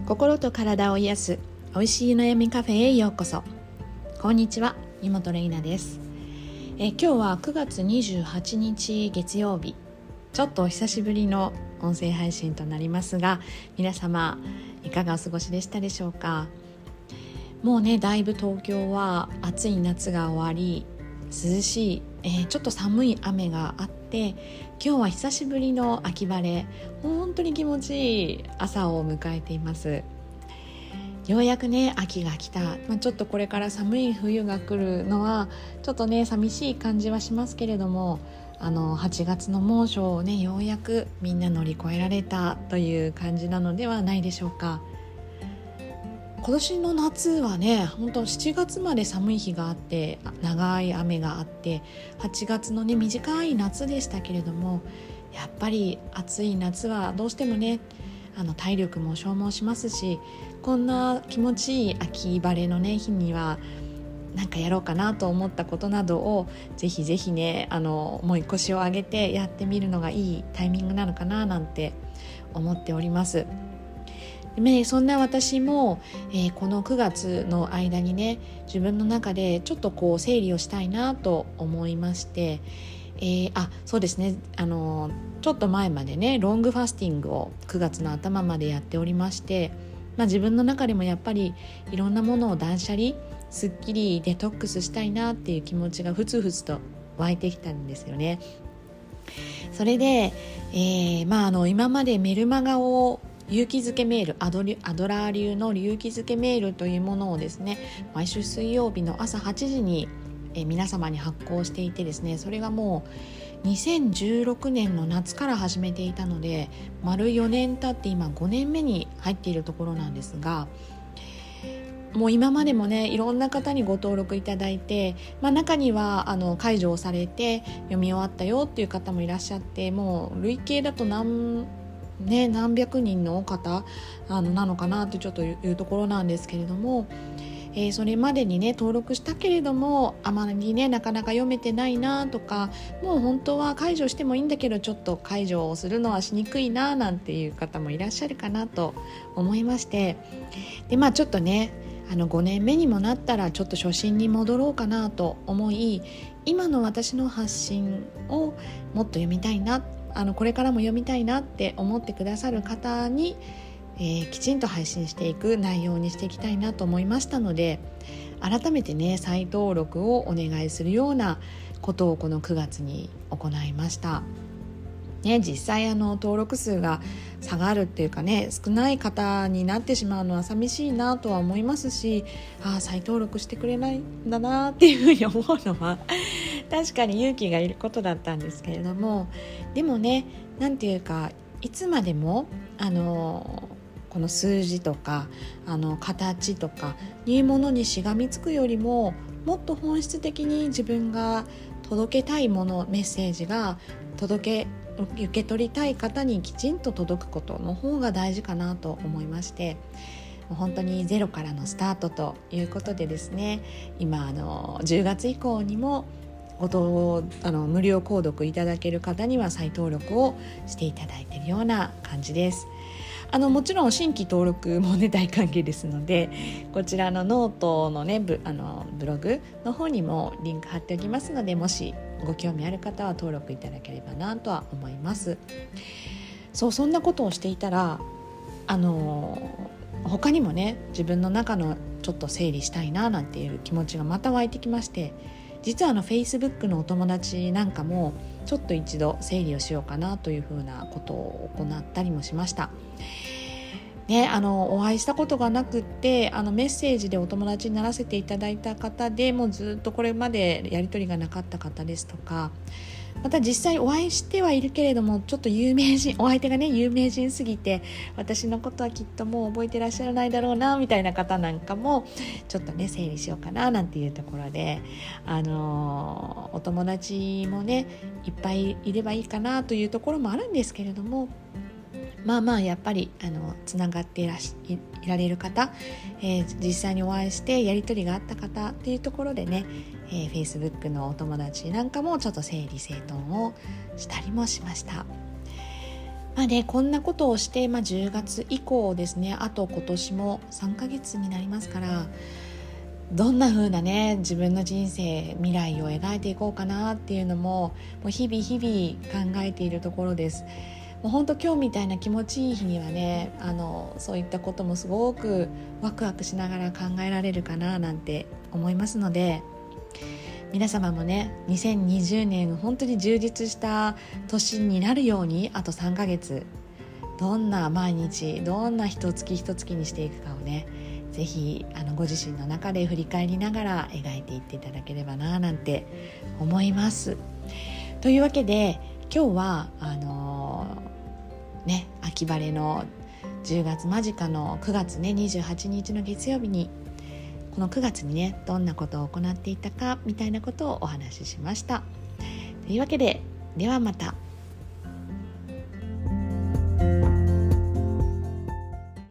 心と体を癒す美味しい悩みカフェへようこそ。こんにちは、湯本玲奈です。今日は9月28日月曜日、ちょっとお久しぶりの音声配信となりますが、皆様いかがお過ごしでしたでしょうか。もうね、だいぶ東京は暑い夏が終わり、涼しい、ちょっと寒い雨があって、今日は久しぶりの秋晴れ、本当に気持ちいい朝を迎えています。ようやくね、秋が来た、ちょっとこれから寒い冬が来るのはちょっとね、寂しい感じはしますけれども、8月の猛暑をね、ようやくみんな乗り越えられたという感じなのではないでしょうか。今年の夏はね、本当7月まで寒い日があって、長い雨があって、8月のね、短い夏でしたけれども、やっぱり暑い夏はどうしてもね、体力も消耗しますし、こんな気持ちいい秋晴れのね、日にはなんかやろうかなと思ったことなどをぜひぜひね、もう腰を上げてやってみるのがいいタイミングなのかななんて思っております。そんな私も、この9月の間にね、自分の中でちょっと整理をしたいなと思いまして、そうですね、ちょっと前までね、ロングファスティングを9月の頭までやっておりまして、自分の中でもやっぱりいろんなものを断捨離、すっきりデトックスしたいなっていう気持ちがふつふつと湧いてきたんですよね。それで、今までメルマガを勇気づけメール、アドラー流の勇気づけメールというものをですね、毎週水曜日の朝8時に、皆様に発行していてですね、それがもう2016年の夏から始めていたので、丸4年経って今5年目に入っているところなんですが、もう今までもね、いろんな方にご登録いただいて、中には解除をされて読み終わったよっていう方もいらっしゃって、もう累計だと何百人の方なのかなってちょっというところなんですけれども、それまでにね、登録したけれどもあまりね、なかなか読めてないなとか、もう本当は解除してもいいんだけどちょっと解除をするのはしにくいななんていう方もいらっしゃるかなと思いまして、でちょっとね、5年目にもなったらちょっと初心に戻ろうかなと思い、今の私の発信をもっと読みたいな、これからも読みたいなって思ってくださる方に、きちんと配信していく内容にしていきたいなと思いましたので、改めてね、再登録をお願いするようなことをこの9月に行いました。実際登録数が下がるっていうかね、少ない方になってしまうのは寂しいなとは思いますし、再登録してくれないんだなっていうふうに思うのは確かに勇気がいることだったんですけれども、でもね、なんていうか、いつまでもこの数字とか形とかいうものにしがみつくよりも、もっと本質的に自分が届けたいもの、メッセージが受け取りたい方にきちんと届くことの方が大事かなと思いまして、本当にゼロからのスタートということでですね、今10月以降にも無料購読いただける方には再登録をしていただいているような感じです。もちろん新規登録もね、大歓迎ですので、こちらのノートのね、ブログの方にもリンク貼っておきますので、もしご興味ある方は登録いただければなとは思います。そんなことをしていたら、他にもね、自分の中のちょっと整理したいななんていう気持ちがまた湧いてきまして、実はFacebook のお友達なんかもちょっと一度整理をしようかなというふうなことを行ったりもしました。お会いしたことがなくって、メッセージでお友達にならせていただいた方でもうずっとこれまでやり取りがなかった方ですとか、また実際お会いしてはいるけれども、ちょっとお相手がね、有名人すぎて私のことはきっともう覚えてらっしゃらないだろうなみたいな方なんかもちょっとね、整理しようかななんていうところで、お友達もね、いっぱいいればいいかなというところもあるんですけれども、やっぱりつながっていられる方、実際にお会いしてやり取りがあった方っていうところでね、Facebook のお友達なんかもちょっと整理整頓をしたりもしました。 こんなことをして、10月以降ですね、あと今年も3ヶ月になりますから、どんな風なね自分の人生未来を描いていこうかなっていうのも、もう日々考えているところです。もう本当今日みたいな気持ちいい日にはね、そういったこともすごくワクワクしながら考えられるかななんて思いますので、皆様もね2020年本当に充実した年になるように、あと3ヶ月どんな毎日、どんな一月一月にしていくかをね、ぜひご自身の中で振り返りながら描いていっていただければななんて思います。というわけで今日は秋晴れの10月間近の9月ね28日の月曜日に、この9月にねどんなことを行っていたかみたいなことをお話ししました。というわけで、ではまた。